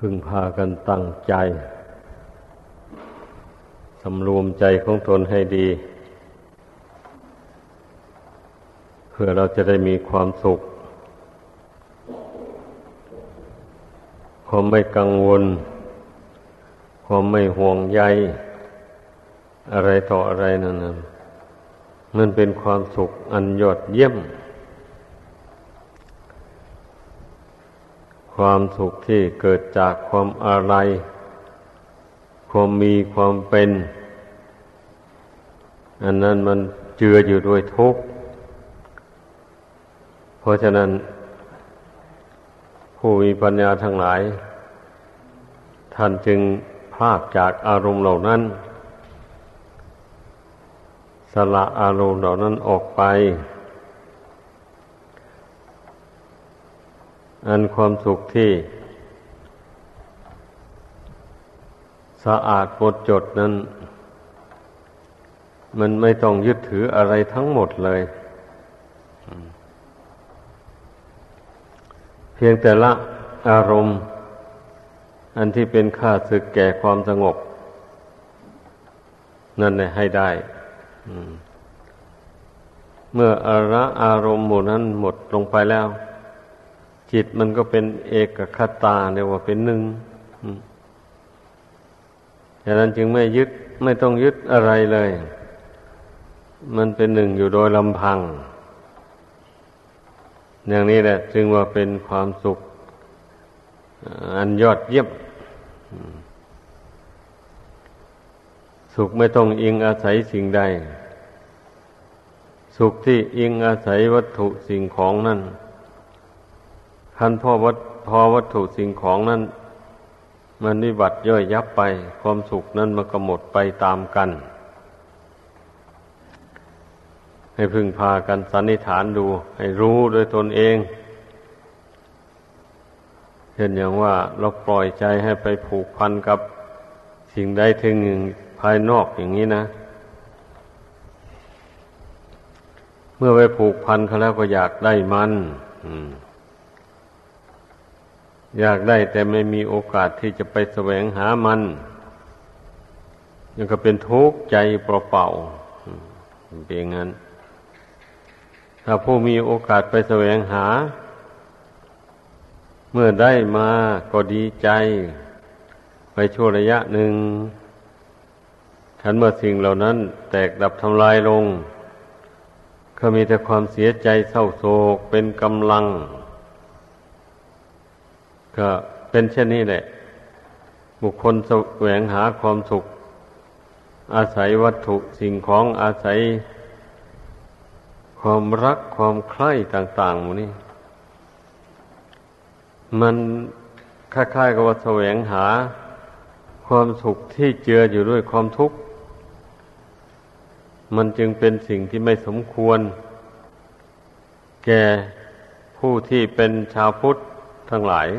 พึ่งพากันตั้งใจสำรวมใจของตนให้ดีเพื่อเราจะได้มีความสุขความไม่กังวลความไม่ห่วงใยอะไรต่ออะไรนั่นนะมันเป็นความสุขอันยอดเยี่ยมความสุขที่เกิดจากความอะไรความมีความเป็นอันนั้นมันเจืออยู่ด้วยทุกข์เพราะฉะนั้นผู้มีปัญญาทั้งหลายท่านจึงพรากจากอารมณ์เหล่านั้นสละอารมณ์เหล่านั้นออกไปอันความสุขที่สะอาดหมดจดนั้นมันไม่ต้องยึดถืออะไรทั้งหมดเลยเพียงแต่ละอารมณ์อันที่เป็นข้าศึกแก่ความสงบนั่นแหละให้ได้เมื่ออารมณ์หมู่นั้นหมดลงไปแล้วจิตมันก็เป็นเอกคตาเรียกว่าเป็นหนึ่งฉะนั้นจึงไม่ต้องยึดอะไรเลยมันเป็นหนึ่งอยู่โดยลำพังอย่างนี้แหละจึงว่าเป็นความสุขอันยอดเยี่ยมสุขไม่ต้องอิงอาศัยสิ่งใดสุขที่อิงอาศัยวัตถุสิ่งของนั่นคันพอวัตถุสิ่งของนั้นมันวิบัติย่อยยับไปความสุขนั้นมันก็หมดไปตามกันให้พึงพากันสันนิษฐานดูให้รู้โดยตนเองเช่นอย่างว่าเราปล่อยใจให้ไปผูกพันกับสิ่งใดสิ่งหนึ่งภายนอกอย่างนี้นะเมื่อไปผูกพันเขาแล้วก็อยากได้มันอยากได้แต่ไม่มีโอกาสที่จะไปแสวงหามันยังก็เป็นทุกข์ใจเปล่าๆเป็นอย่างนั้นถ้าผู้มีโอกาสไปแสวงหาเมื่อได้มาก็ดีใจไปชั่วระยะหนึ่งทันเมื่อสิ่งเหล่านั้นแตกดับทำลายลงก็มีแต่ความเสียใจเศร้าโศกเป็นกำลังก็เป็นเช่นนี้แหละบุคคลแสวงหาความสุขอาศัยวัตถุสิ่งของอาศัยความรักความใคร่ต่างๆหมดนี้มันคล้ายๆกับว่าแสวงหาความสุขที่เจืออยู่ด้วยความทุกข์มันจึงเป็นสิ่งที่ไม่สมควรแก่ผู้ที่เป็นชาวพุทธทั้งหลาย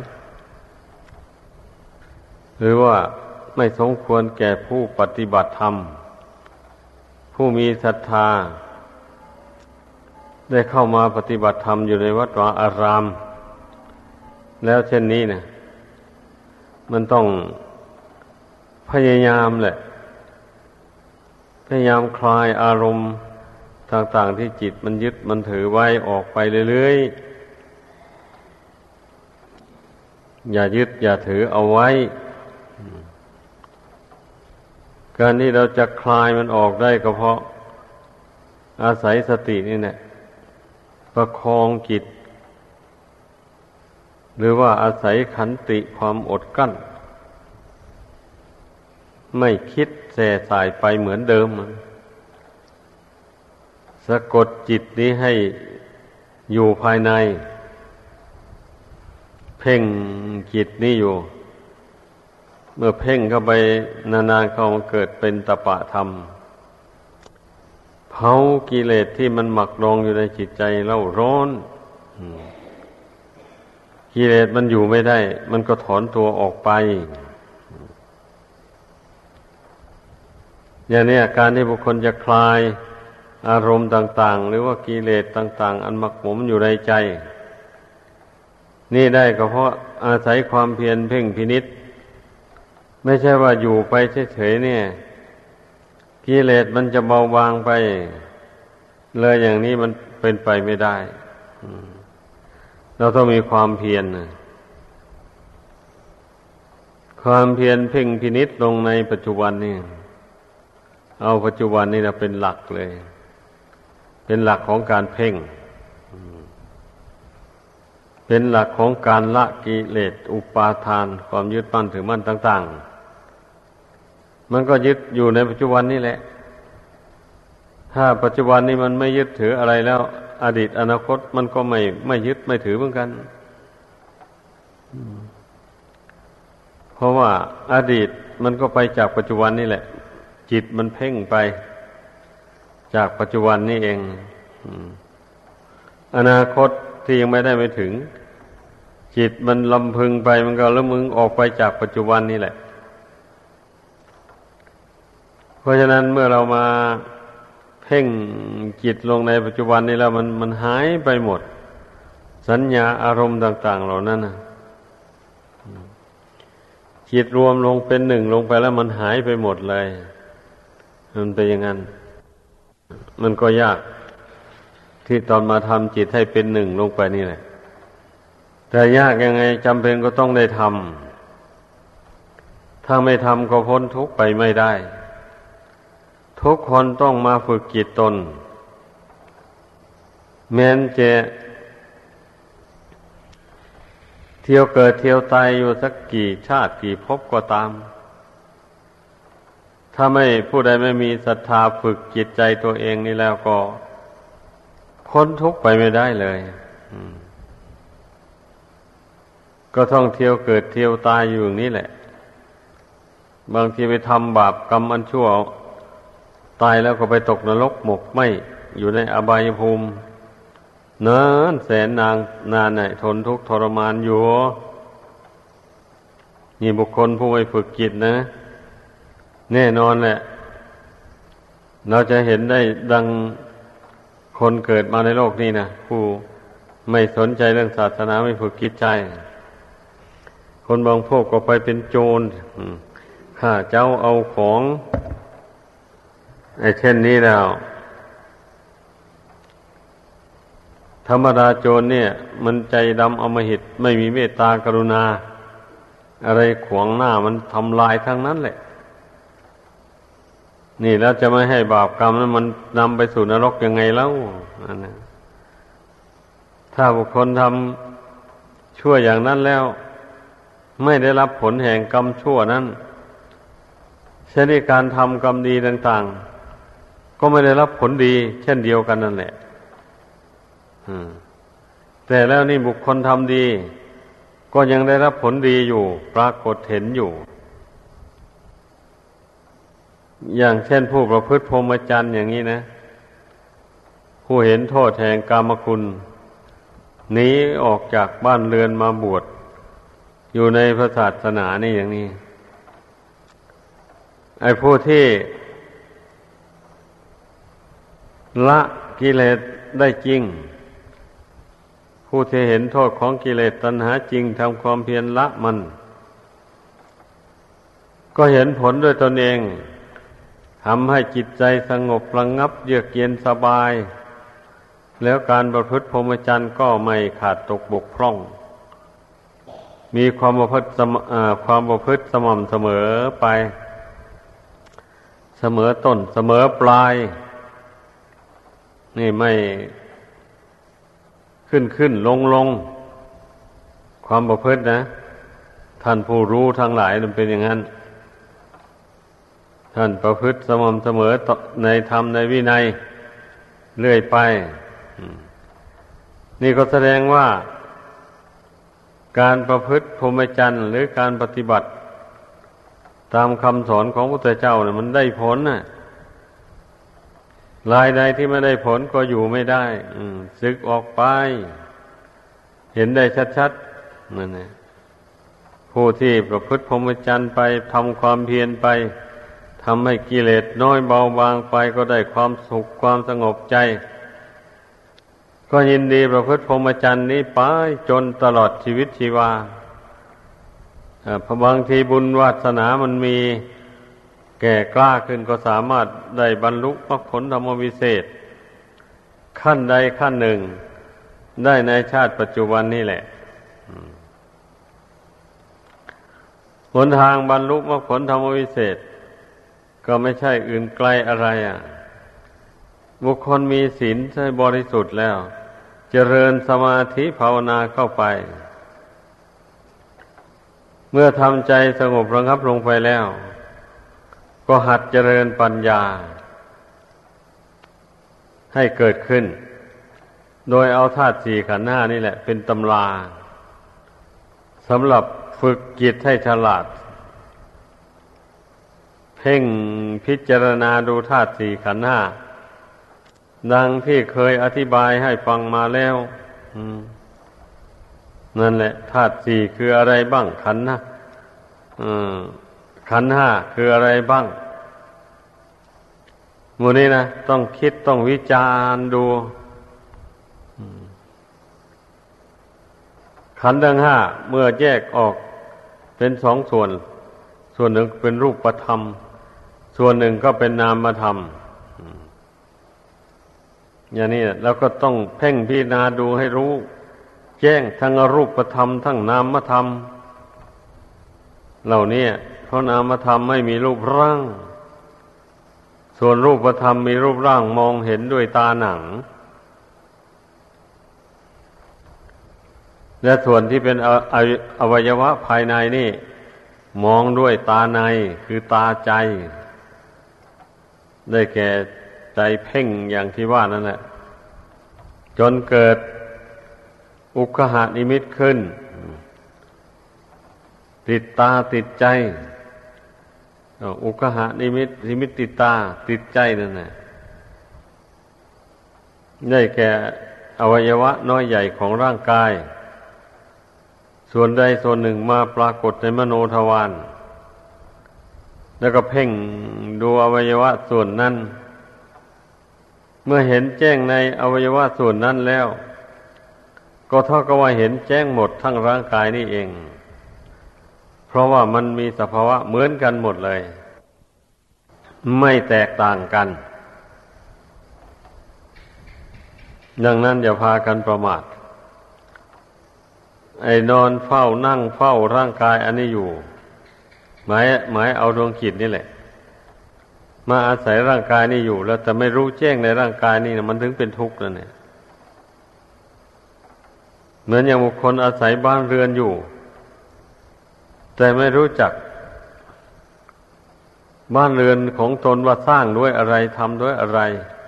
หรือว่าไม่สมควรแก่ผู้ปฏิบัติธรรมผู้มีศรัทธาได้เข้ามาปฏิบัติธรรมอยู่ในวัดวาอารามแล้วเช่นนี้นะมันต้องพยายามแหละพยายามคลายอารมณ์ต่างๆที่จิตมันยึดมันถือไว้ออกไปเรื่อยๆอย่ายึดอย่าถือเอาไว้การที่เราจะคลายมันออกได้ก็เพราะอาศัยสตินี่แหละประคองจิตหรือว่าอาศัยขันติความอดกลั้นไม่คิดแส่สายไปเหมือนเดิมสะกดจิตนี้ให้อยู่ภายในเพ่งจิตนี้อยู่เมื่อเพ่งเข้าไปนานๆเข้ามาเกิดเป็นตปะธรรมเผากิเลสที่มันหมักดองอยู่ในจิตใจเล่าร้อนกิเลสมันอยู่ไม่ได้มันก็ถอนตัวออกไปอย่างนี้การที่บุคคลจะคลายอารมณ์ต่างๆหรือว่ากิเลสต่างๆอันหมักหมมอยู่ในใจนี่ได้ก็เพราะอาศัยความเพียรเพ่งพินิจไม่ใช่ว่าอยู่ไปเฉยๆเนี่ยกิเลสมันจะเบาบางไปเลยอย่างนี้มันเป็นไปไม่ได้เราต้องมีความเพียรความเพียรเพ่งพินิจลงในปัจจุบันนี่เอาปัจจุบันนี่นะเป็นหลักเลยเป็นหลักของการเพ่งเป็นหลักของการละกิเลสอุปาทานความยึดมั่นถือมั่นต่างๆมันก็ยึดอยู่ในปัจจุบันนี่แหละถ้าปัจจุบันนี้มันไม่ยึดถืออะไรแล้วอดีตอนาคตมันก็ไม่ยึดไม่ถือเหมือนกันเพราะว่าอดีตมันก็ไปจากปัจจุบันนี่แหละจิตมันเพ่งไปจากปัจจุบันนี่เองอนาคตที่ยังไม่ได้ไปถึงจิตมันลำพึงไปมันก็ละมึงออกไปจากปัจจุบันนี่แหละเพราะฉะนั้นเมื่อเรามาเพ่งจิตลงในปัจจุบันนี้แล้วมันหายไปหมดสัญญาอารมณ์ต่างๆเหล่านั้นนะจิตรวมลงเป็นหนึ่งลงไปแล้วมันหายไปหมดเลยมันเป็นอย่างนั้นมันก็ยากที่ตอนมาทำจิตให้เป็นหนึ่งลงไปนี่แหละแต่ยากยังไงจำเป็นก็ต้องได้ทำถ้าไม่ทำก็พ้นทุกข์ไปไม่ได้ทุกคนต้องมาฝึกจิตตนแม้นจะเที่ยวเกิดเที่ยวตายอยู่สักกี่ชาติกี่ภพก็ตามถ้าไม่ผู้ใดไม่มีศรัทธาฝึกจิตใจตัวเองนี่แล้วก็พ้นทุกข์ไปไม่ได้เลยก็ต้องเที่ยวเกิดเที่ยวตายอยู่อย่างนี้แหละบางทีไปทำบาปกรรมอันชั่วตายแล้วก็ไปตกนรกหมกไหม้อยู่ในอบายภูมินานแสนนานทนทุกข์ทรมานอยู่นี่บุคคลผู้ไม่ฝึกจิตนะแน่นอนแหละเราจะเห็นได้ดังคนเกิดมาในโลกนี้นะผู้ไม่สนใจเรื่องศาสนาไม่ฝึกจิตใจคนบางพวกก็ไปเป็นโจรฆ่าเจ้าเอาของเช่นนี้แล้วธรรมดาโจรเนี่ยมันใจดำอำมหิตไม่มีเมตตากรุณาอะไรขวางหน้ามันทำลายทั้งนั้นแหละนี่แล้วจะไม่ให้บาปกรรมนั้นมันนำไปสู่นรกยังไงเล่าถ้าบุคคลทำชั่วอย่างนั้นแล้วไม่ได้รับผลแห่งกรรมชั่วนั้นเช่นการทำกรรมดีต่างๆก็ไม่ได้รับผลดีเช่นเดียวกันนั่นแหละแต่แล้วนี่บุคคลทำดีก็ยังได้รับผลดีอยู่ปรากฏเห็นอยู่อย่างเช่นผู้ประพฤติพรหมจรรย์อย่างนี้นะผู้เห็นโทษแห่งกามคุณหนีออกจากบ้านเรือนมาบวชอยู่ในพระศาสนานี่อย่างนี้ไอ้ผู้ที่ละกิเลสได้จริงผู้ที่เห็นโทษของกิเลสตัณหาจริงทำความเพียรละมันก็เห็นผลด้วยตนเองทำให้จิตใจสงบระงับเยือกเย็นสบายแล้วการประพฤติพรหมจรรย์ก็ไม่ขาดตกบกพร่องมีความประพฤติสม่ำเสมอไปเสมอต้นเสมอปลายนี่ไม่ขึ้นลงความประพฤตินะท่านผู้รู้ทั้งหลายมันเป็นอย่างนั้นท่านประพฤติสม่ำเสมอในธรรมในวินัยเรื่อยไปนี่ก็แสดงว่าการประพฤติพรหมจรรย์หรือการปฏิบัติตามคำสอนของพระพุทธเจ้าเนี่ยมันได้ผลน่ะรายใดที่ไม่ได้ผลก็อยู่ไม่ได้สึกออกไปเห็นได้ชัดๆนั่นแหละผู้ที่ประพฤติพรหมจรรย์ไปทำความเพียรไปทำให้กิเลสน้อยเบาบางไปก็ได้ความสุขความสงบใจก็ยินดีประพฤติพรหมจรรย์นี้ไปจนตลอดชีวิตชีวาเพราะบางทีบุญวาสนามันมีแก่กล้าขึ้นก็สามารถได้บรรลุมรรคผลธรรมวิเศษขั้นใดขั้นหนึ่งได้ในชาติปัจจุบันนี่แหละหนทางบรรลุมรรคผลธรรมวิเศษก็ไม่ใช่อื่นไกลอะไรบุคคลมีศีลใช้บริสุทธิ์แล้วเจริญสมาธิภาวนาเข้าไปเมื่อทำใจสงบระงับลงไปแล้วก็หัดเจริญปัญญาให้เกิดขึ้นโดยเอาธาตุสี่ขันธ์ห้านี่แหละเป็นตำราสำหรับฝึกจิตให้ฉลาดเพ่งพิจารณาดูธาตุสี่ขันธ์ห้าดังที่เคยอธิบายให้ฟังมาแล้วนั่นแหละธาตุสี่คืออะไรบ้างขันธ์ห้าขันธ์ห้าคืออะไรบ้างหมู่นี้นะต้องคิดต้องวิจารณ์ดูขันธ์ทั้งห้าเมื่อแยกออกเป็นสองส่วนส่วนหนึ่งเป็นรูปธรรมส่วนหนึ่งก็เป็นนามธรรมอย่างนี้แล้วก็ต้องเพ่งพิจารณาดูให้รู้แจ้งทั้งรูปธรรมทั้งนามธรรมเหล่านี้เพราะนามธรรมไม่มีรูปร่างส่วนรูปธรรมมีรูปร่างมองเห็นด้วยตาหนังและส่วนที่เป็นอวัยวะภายในนี่มองด้วยตาในคือตาใจได้แก่ใจเพ่งอย่างที่ว่านั่นแหละจนเกิดอุคหนิมิตขึ้นติดตาติดใจอุคหนิมิตนิมิตติดตาติดใจนั่นแหละได้แก่อวัยวะน้อยใหญ่ของร่างกายส่วนใดส่วนหนึ่งมาปรากฏในมโนทวารแล้วก็เพ่งดูอวัยวะส่วนนั้นเมื่อเห็นแจ้งในอวัยวะส่วนนั้นแล้วก็เท่ากับว่าเห็นแจ้งหมดทั้งร่างกายนี่เองเพราะว่ามันมีสภาวะเหมือนกันหมดเลยไม่แตกต่างกันดังนั้นอย่าพากันประมาทไอ้นอนเฝ้านั่งเฝ้าร่างกายอันนี้อยู่หมายเอาดวงจิตนี่แหละมาอาศัยร่างกายนี่อยู่แล้วแต่ไม่รู้แจ้งในร่างกายนี่นะมันถึงเป็นทุกข์แล้วเนี่ยเหมือนอย่างบุคคลอาศัยบ้านเรือนอยู่แต่ไม่รู้จักบ้านเรือนของตนว่าสร้างด้วยอะไรทำด้วยอะไร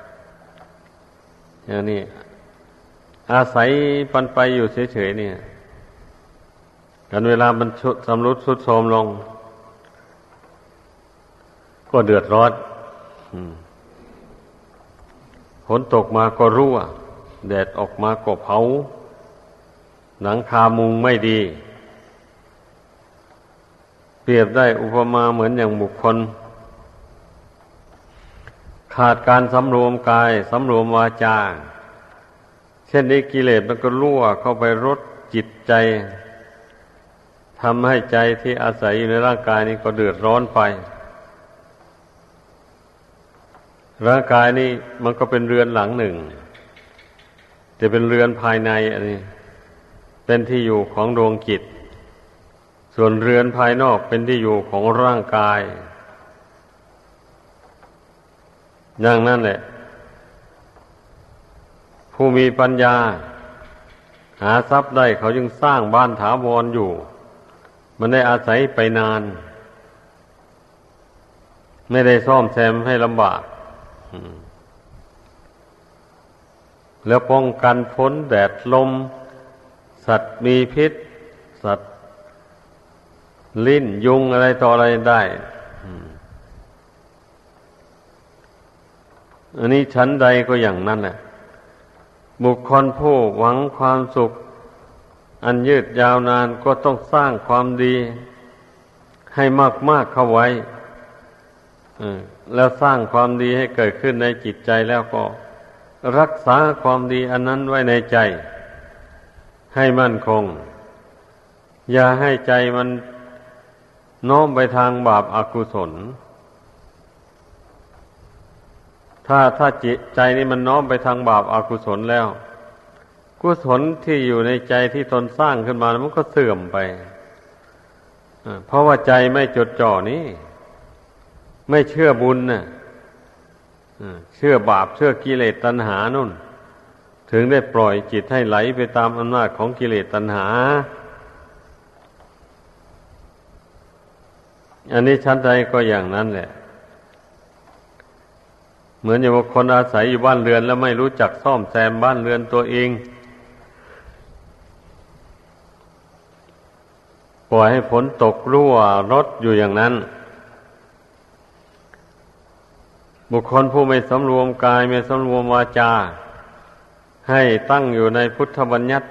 อย่างนี้อาศัยปันไปอยู่เฉยๆเนี่ยกันเวลามันสำรุดทรุดโทรมลงก็เดือดร้อนฝนตกมาก็รั่วแดดออกมาก็เผาหลังคามุงไม่ดีเปรียบได้อุปมาเหมือนอย่างบุคคลขาดการสำรวมกายสำรวมวาจาเช่นนี้กิเลสมันก็รั่วเข้าไปรดจิตใจทำให้ใจที่อาศัยอยู่ในร่างกายนี้ก็เดือดร้อนไปร่างกายนี้มันก็เป็นเรือนหลังหนึ่งจะเป็นเรือนภายในอันนี้เป็นที่อยู่ของดวงจิตส่วนเรือนภายนอกเป็นที่อยู่ของร่างกายอย่างนั้นแหละผู้มีปัญญาหาทรัพย์ได้เขาจึงสร้างบ้านถาวรอยู่มันได้อาศัยไปนานไม่ได้ซ่อมแซมให้ลำบากแล้วป้องกันพ้นแดดลมสัตว์มีพิษสัตว์ลิ้นยุงอะไรต่ออะไรได้อันนี้ชั้นใดก็อย่างนั้นแหละบุคคลผู้หวังความสุขอันยืดยาวนานก็ต้องสร้างความดีให้มากๆเข้าไว้แล้วสร้างความดีให้เกิดขึ้นในจิตใจแล้วก็รักษาความดีอันนั้นไว้ในใจให้มั่นคงอย่าให้ใจมันโน้มไปทางบาปอกุศลถ้าจิตใจนี่มันน้อมไปทางบาปอกุศลแล้วกุศลที่อยู่ในใจที่ตนสร้างขึ้นมามันก็เสื่อมไปเพราะว่าใจไม่จดจ่อนี่ไม่เชื่อบุญน่ะเชื่อบาปเชื่อกิเลสตัณหานู่นถึงได้ปล่อยจิตให้ไหลไปตามอำนาจของกิเลสตัณหาอันนี้ชั้นใดก็อย่างนั้นแหละเหมือนอย่างว่าคนอาศัยอยู่บ้านเรือนแล้วไม่รู้จักซ่อมแซมบ้านเรือนตัวเองปล่อยให้ฝนตกรั่วรถอยู่อย่างนั้นบุคคลผู้ไม่สำรวมกายไม่สำรวมวาจาให้ตั้งอยู่ในพุทธบัญญัติ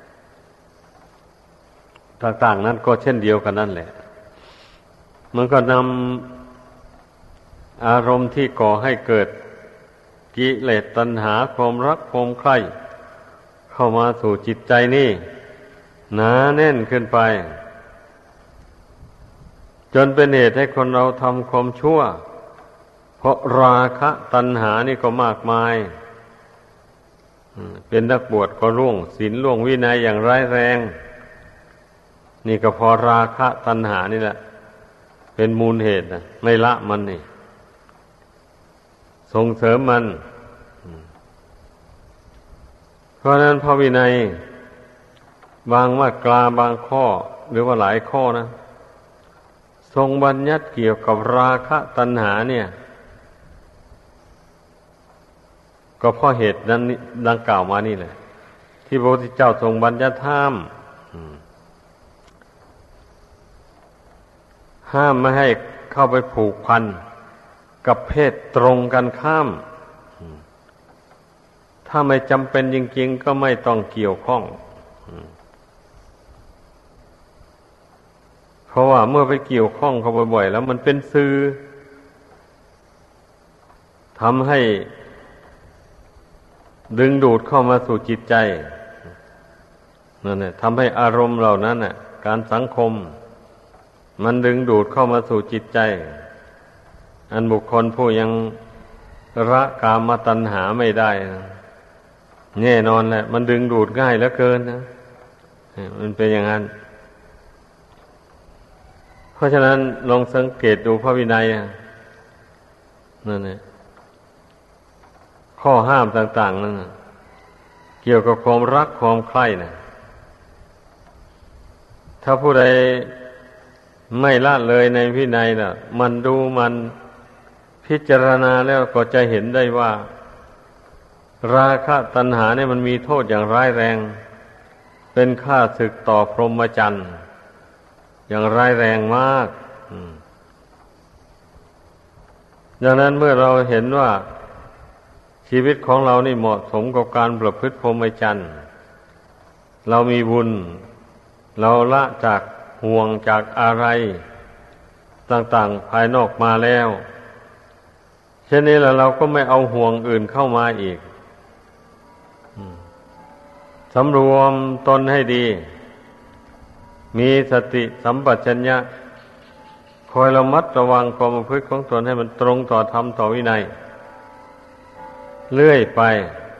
ต่างๆนั้นก็เช่นเดียวกันนั่นแหละมันก็นำอารมณ์ที่ก่อให้เกิดกิเลสตัณหาความรักความใคร่เข้ามาสู่จิตใจนี่หนาแน่นขึ้นไปจนเป็นเหตุให้คนเราทำความชั่วเพราะราคะตัณหานี่ก็มากมายเป็นนักบวชก็ล่วงศีลล่วงวินัยอย่างร้ายแรงนี่ก็เพอราคะตัณหานี่แหละเป็นมูลเหตุนะไม่ละมันนี่ส่งเสริมมันเพราะนั้นพระวินัยบางมาตราบางข้อหรือว่าหลายข้อนะทรงบัญญัติเกี่ยวกับราคะตัณหาเนี่ยก็เพราะเหตุนั้นดังกล่าวมานี่แหละที่พระพุทธเจ้าทรงบัญญัติห้ามไม่ให้เข้าไปผูกพันกับเพศตรงกันข้ามถ้าไม่จำเป็นจริงๆก็ไม่ต้องเกี่ยวข้องเพราะว่าเมื่อไปเกี่ยวข้องเข้าบ่อยๆแล้วมันเป็นสื่อทำให้ดึงดูดเข้ามาสู่จิตใจนั่นแหละทำให้อารมณ์เหล่านั้นน่ะการสังคมมันดึงดูดเข้ามาสู่จิตใจอันบุคคลผู้ยังละกามตัณหาไม่ได้แน่นอนแหละมันดึงดูดง่ายเหลือเกินนะมันเป็นอย่างนั้นเพราะฉะนั้นลองสังเกตดูพระวินัยนั่นแหละข้อห้ามต่างๆนั่นเกี่ยวกับความรักความใคร่นะถ้าผู้ใดไม่ละเลยในวินัยน่ะมันดูมันพิจารณาแล้วก็จะเห็นได้ว่าราคะตัณหาเนี่ยมันมีโทษอย่างร้ายแรงเป็นข้าศึกต่อพรหมจรรย์อย่างร้ายแรงมากดังนั้นเมื่อเราเห็นว่าชีวิตของเรานี่เหมาะสมกับการประพฤติพรหมจรรย์เรามีบุญเราละจากห่วงจากอะไรต่างๆภายนอกมาแล้วเช่นนี้แล้วเราก็ไม่เอาห่วงอื่นเข้ามาอีกสำรวมตนให้ดีมีสติสัมปชัญญะคอยระมัดระวังความประพฤติของตนให้มันตรงต่อธรรมต่อวินัยเรื่อยไป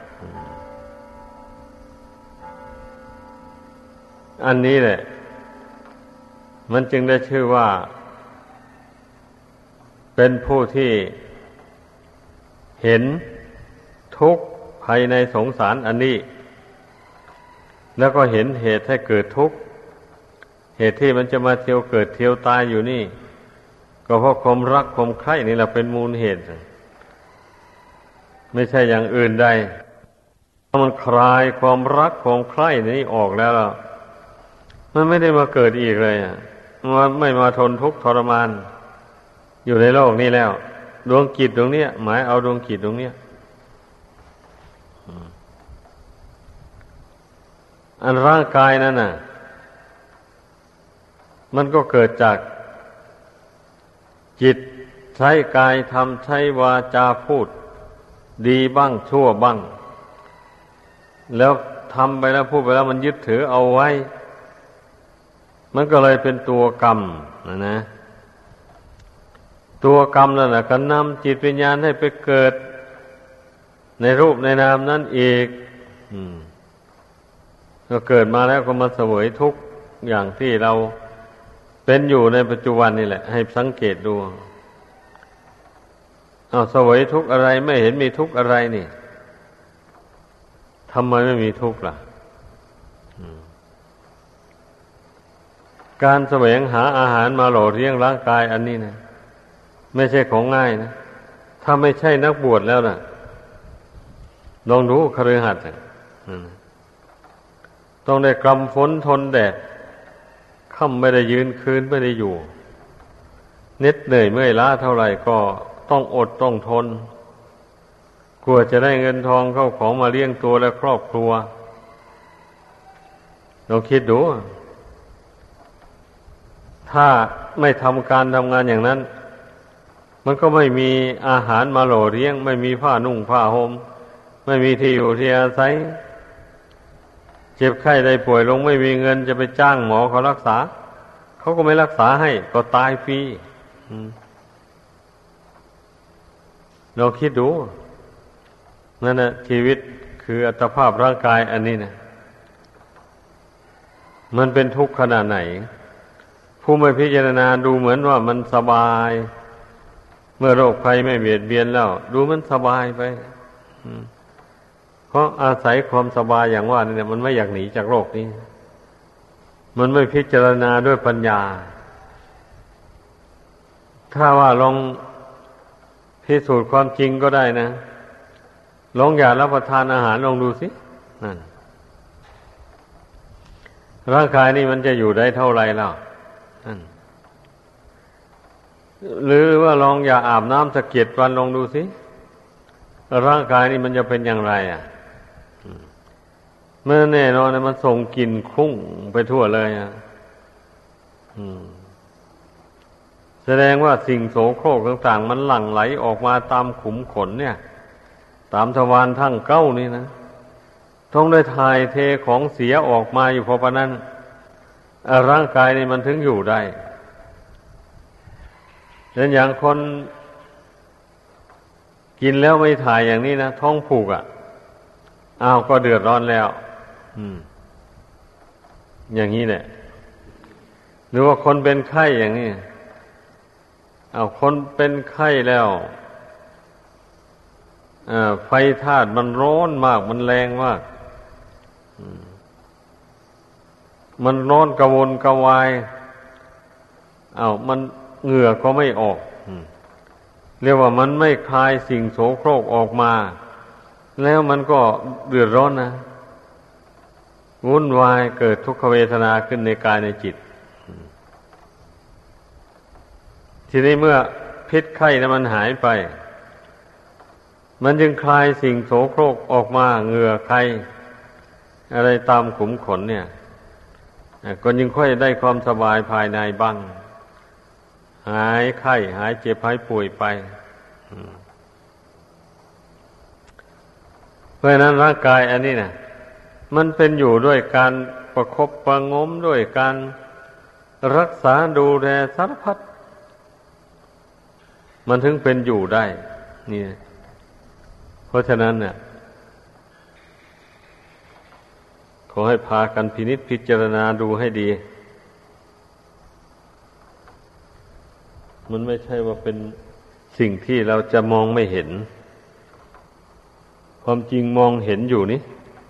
อันนี้แหละมันจึงได้ชื่อว่าเป็นผู้ที่เห็นทุกข์ภายในสงสารอันนี้แล้วก็เห็นเหตุให้เกิดทุกข์เหตุที่มันจะมาเที่ยวเกิดเที่ยวตายอยู่นี่ก็เพราะความรักความใคร่นี่แหละเป็นมูลเหตุไม่ใช่อย่างอื่นใดถ้ามันคลายความรักความใคร่นี้ออกแล้วมันไม่ได้มาเกิดอีกเลยมันไม่มาทนทุกข์ทรมานอยู่ในโลกนี้แล้วดวงจิตดวงนี้หมายเอาดวงจิตดวงนี้อันร่างกายนั่นน่ะมันก็เกิดจากจิตใช้กายทำใช้วาจาพูดดีบ้างชั่วบ้างแล้วทำไปแล้วพูดไปแล้วมันยึดถือเอาไว้มันก็เลยเป็นตัวกรรมนะตัวกรรมนั่นแหละก็นำจิตวิญญาณให้ไปเกิดในรูปในนามนั่นอีกก็เกิดมาแล้วก็มาเสวยทุกข์อย่างที่เราเป็นอยู่ในปัจจุบันนี่แหละให้สังเกตดูเอาเสวยทุกข์อะไรไม่เห็นมีทุกข์อะไรนี่ทำไมไม่มีทุกข์ล่ะการแสวงหาอาหารมาหล่อเลี้ยงร่างกายอันนี้นะไม่ใช่ของง่ายนะถ้าไม่ใช่นักบวชแล้วนะลองดูคฤหัสถ์ต้องได้กำฝนทนแดดค่ำไม่ได้ยืนคืนไม่ได้อยู่เหน็ดเหนื่อยเมื่อยล้าเท่าไหร่ก็ต้องอดต้องทนกลัวจะได้เงินทองเข้าของมาเลี้ยงตัวและครอบครัวลองคิดดูถ้าไม่ทำการทำงานอย่างนั้นมันก็ไม่มีอาหารมาหล่อเลี้ยงไม่มีผ้านุ่งผ้าห่มไม่มีที่อยู่ที่อาศัยเจ็บไข้ได้ป่วยลงไม่มีเงินจะไปจ้างหมอเขารักษาเขาก็ไม่รักษาให้ก็ตายฟรีเราคิดดูนั่นนะชีวิตคืออัตภาพร่างกายอันนี้นะมันเป็นทุกข์ขนาดไหนผู้ไม่พิจารณาดูเหมือนว่ามันสบายเมื่อโรคภัยไม่เบียดเบียนแล้วดูมันสบายไปเพราะอาศัยความสบายอย่างว่านี่เนี่ยมันไม่อยากหนีจากโรคนี้มันไม่พิจารณาด้วยปัญญาถ้าว่าลองพิสูจน์ความจริงก็ได้นะลองอย่ารับประทานอาหารลองดูสินั่นร่างกายนี่มันจะอยู่ได้เท่าไรแล้วนั่นหรือว่าลองอย่าอาบน้ำสัก7 วันลองดูสิร่างกายนี่มันจะเป็นอย่างไรเมื่อแน่นอนนะมันส่งกลิ่นคลุ้งไปทั่วเลยแสดงว่าสิ่งโสโครกต่างๆมันหลั่งไหลออกมาตามขุมขนเนี่ยตามทวารทั้งเก้านี่นะต้องได้ถ่ายเทของเสียออกมาอยู่เพราะฉะนั้นร่างกายนี่มันถึงอยู่ได้เช่นอย่างคนกินแล้วไม่ถ่ายอย่างนี้นะท้องผูกอ้าวก็เดือดร้อนแล้วอย่างนี้แหละหรือว่าคนเป็นไข้อย่างนี้อ้าวคนเป็นไข้แล้วไฟธาตุมันร้อนมากมันแรงมากมันร้อนกระวนกระวายมันเหงื่อก็ไม่ออกเรียกว่ามันไม่คลายสิ่งโสโครกออกมาแล้วมันก็เดือดร้อนนะวุ่นวายเกิดทุกขเวทนาขึ้นในกายในจิตทีนี้เมื่อพิษไข้นั้นมันหายไปมันจึงคลายสิ่งโสโครกออกมาเหงื่อไข้อะไรตามขุมขนเนี่ยก็ยังค่อยได้ความสบายภายในบ้างหายไข้หายเจ็บหายป่วยไปเพราะนั้นร่างกายอันนี้นะมันเป็นอยู่ด้วยการประคบประงมด้วยการรักษาดูแลสารพัดมันถึงเป็นอยู่ได้นี่เพราะฉะนั้นเนี่ยขอให้พากันพินิจพิจารณาดูให้ดีมันไม่ใช่ว่าเป็นสิ่งที่เราจะมองไม่เห็นความจริงมองเห็นอยู่นี่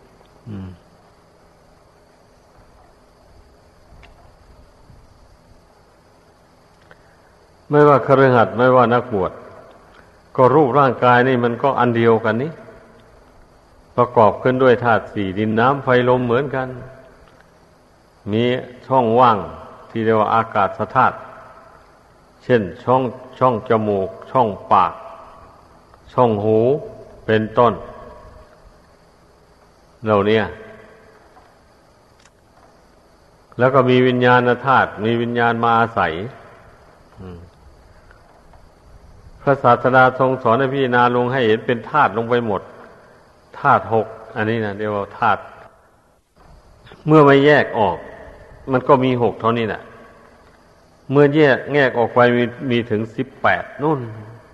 ไม่ว่าคฤหัสถ์ไม่ว่านักบวชก็รูปร่างกายนี่มันก็อันเดียวกันนี้ประกอบขึ้นด้วยธาตุสี่ดินน้ำไฟลมเหมือนกันมีช่องว่างที่เรียกว่าอากาศธาตุเช่นช่องจมูกช่องปากช่องหูเป็นต้นเหล่านี้แล้วก็มีวิญญาณธาตุมีวิญญาณมาอาศัยพระศาสดาทรงสอนให้พิจารณาลงให้เห็นเป็นธาตุลงไปหมดธาตุ6 อันนี้นะเรียกว่าธาตุเมื่อไม่แยกออกมันก็มี6เท่านี้แหละเมื่อแยกออกไปมีถึง18นู่น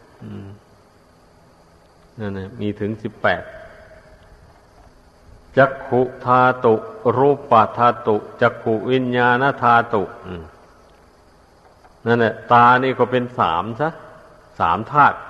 นั่นนะมีถึง18จักขุธาตุรูปธาตุจักขุวิญญาณธาตุนั่นแหละตานี่ก็เป็น3ซะ3ธาตุ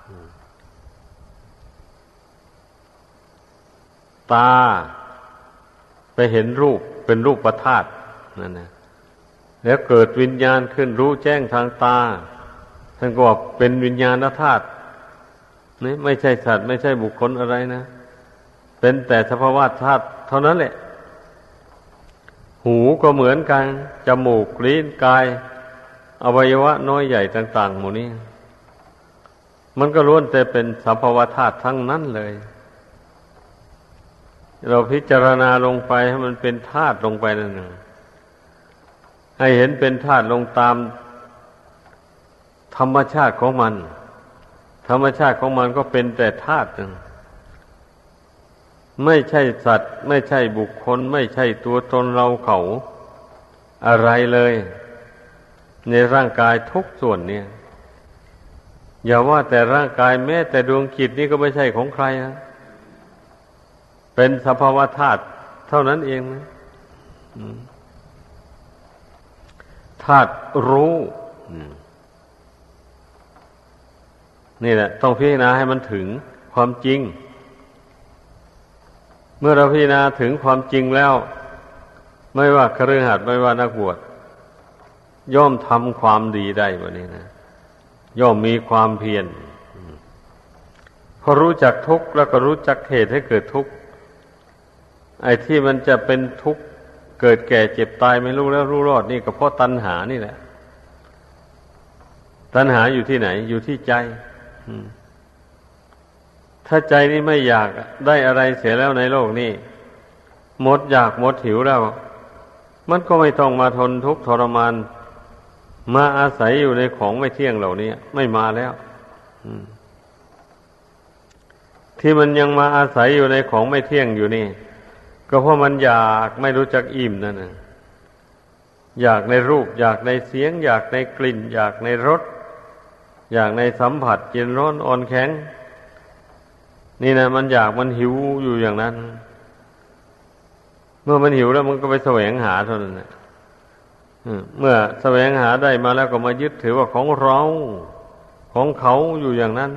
ตาไปเห็นรูปเป็นรูปธาตุนั่นนะแล้วเกิดวิญญาณขึ้นรู้แจ้งทางตาท่านก็ว่าเป็นวิญญาณธาตุนี่ไม่ใช่สัตว์ไม่ใช่บุคคลอะไรนะเป็นแต่สภาวะธาตุเท่านั้นแหละหูก็เหมือนกันจมูกลิ้นกายอวัยวะน้อยใหญ่ต่างๆหมดนี้มันก็ล้วนแต่เป็นสภาวะธาตุทั้งนั้นเลยเราพิจารณาลงไปให้มันเป็นธาตุลงไปนั่นน่ะให้เห็นเป็นธาตุลงตามธรรมชาติของมันธรรมชาติของมันก็เป็นแต่ธาตุไม่ใช่สัตว์ไม่ใช่บุคคลไม่ใช่ตัวตนเราเขาอะไรเลยในร่างกายทุกส่วนเนี่ยอย่าว่าแต่ร่างกายแม้แต่ดวงจิตนี่ก็ไม่ใช่ของใครนะเป็นสภาวะธาตุเท่านั้นเองนะธาตุรู้นี่แหละต้องพิจารณาให้มันถึงความจริงเมื่อเราพิจารณาถึงความจริงแล้วไม่ว่าคฤหัสถ์ไม่ว่านักบวชย่อมทำความดีได้แบบนี้นะย่อมมีความเพียรพอรู้จักทุกข์แล้วก็รู้จักเหตุให้เกิดทุกข์ไอ้ที่มันจะเป็นทุกข์เกิดแก่เจ็บตายไม่รู้แล้วรู้รอดนี่ก็เพราะตัณหานี่แหละตัณหาอยู่ที่ไหนอยู่ที่ใจถ้าใจนี่ไม่อยากได้อะไรเสียแล้วในโลกนี้หมดอยากหมดหิวแล้วมันก็ไม่ต้องมาทนทุกข์ทรมานมาอาศัยอยู่ในของไม่เที่ยงเหล่านี้ไม่มาแล้วที่มันยังมาอาศัยอยู่ในของไม่เที่ยงอยู่นี่ก็เพราะมันอยากไม่รู้จักอิ่มนั่นน่ะอยากในรูปอยากในเสียงอยากในกลิ่นอยากในรสอยากในสัมผัสเย็นร้อนอ่อนแข็งนี่นะมันอยากมันหิวอยู่อย่างนั้นเมื่อมันหิวแล้วมันก็ไปแสวงหาเท่านั้นนะเมื่อแสวงหาได้มาแล้วก็มายึดถือว่าของเราของเขาอยู่อย่างนั้น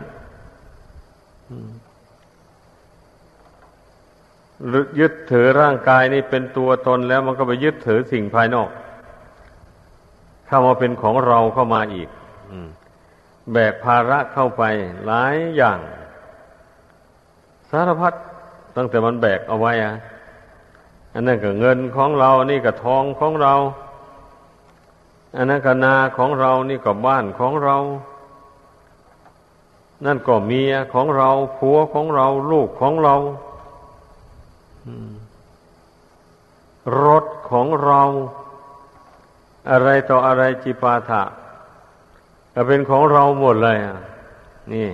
ยึดถือร่างกายนี่เป็นตัวตนแล้วมันก็ไปยึดถือสิ่งภายนอกเข้ามาเป็นของเราเข้ามาอีกแบกภาระเข้าไปหลายอย่างสารพัดตั้งแต่มันแบกเอาไว้อันนั้นก็เงินของเรานี่ก็ทองของเราอันนั้นก็นาของเรานี่ก็บ้านของเรานั่นก็เมียของเราผัวของเราลูกของเรารถของเราอะไรต่ออะไรจิปาถะก็เป็นของเราหมดเลยนี่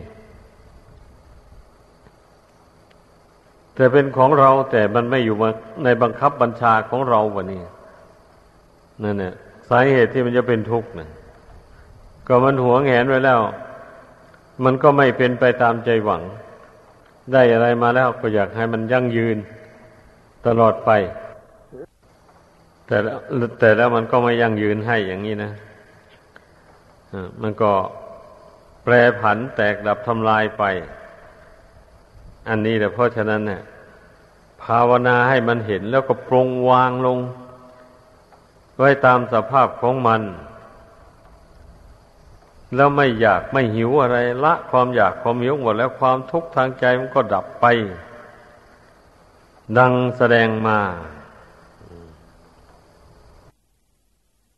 แต่เป็นของเราแต่มันไม่อยู่ในบังคับบัญชาของเราวะนี่นั่นแหละสาเหตุที่มันจะเป็นทุกข์นะก็มันหวงแหนไว้แล้วมันก็ไม่เป็นไปตามใจหวังได้อะไรมาแล้วก็อยากให้มันยั่งยืนตลอดไปแต่แล้วมันก็ไม่ยั่งยืนให้อย่างนี้นะมันก็แปรผันแตกดับทำลายไปอันนี้แหละเพราะฉะนั้นเนี่ยภาวนาให้มันเห็นแล้วก็ปรงวางลงไว้ตามสภาพของมันแล้วไม่อยากไม่หิวอะไรละความอยากความหิวหมดแล้วความทุกข์ทางใจมันก็ดับไปดังแสดงมา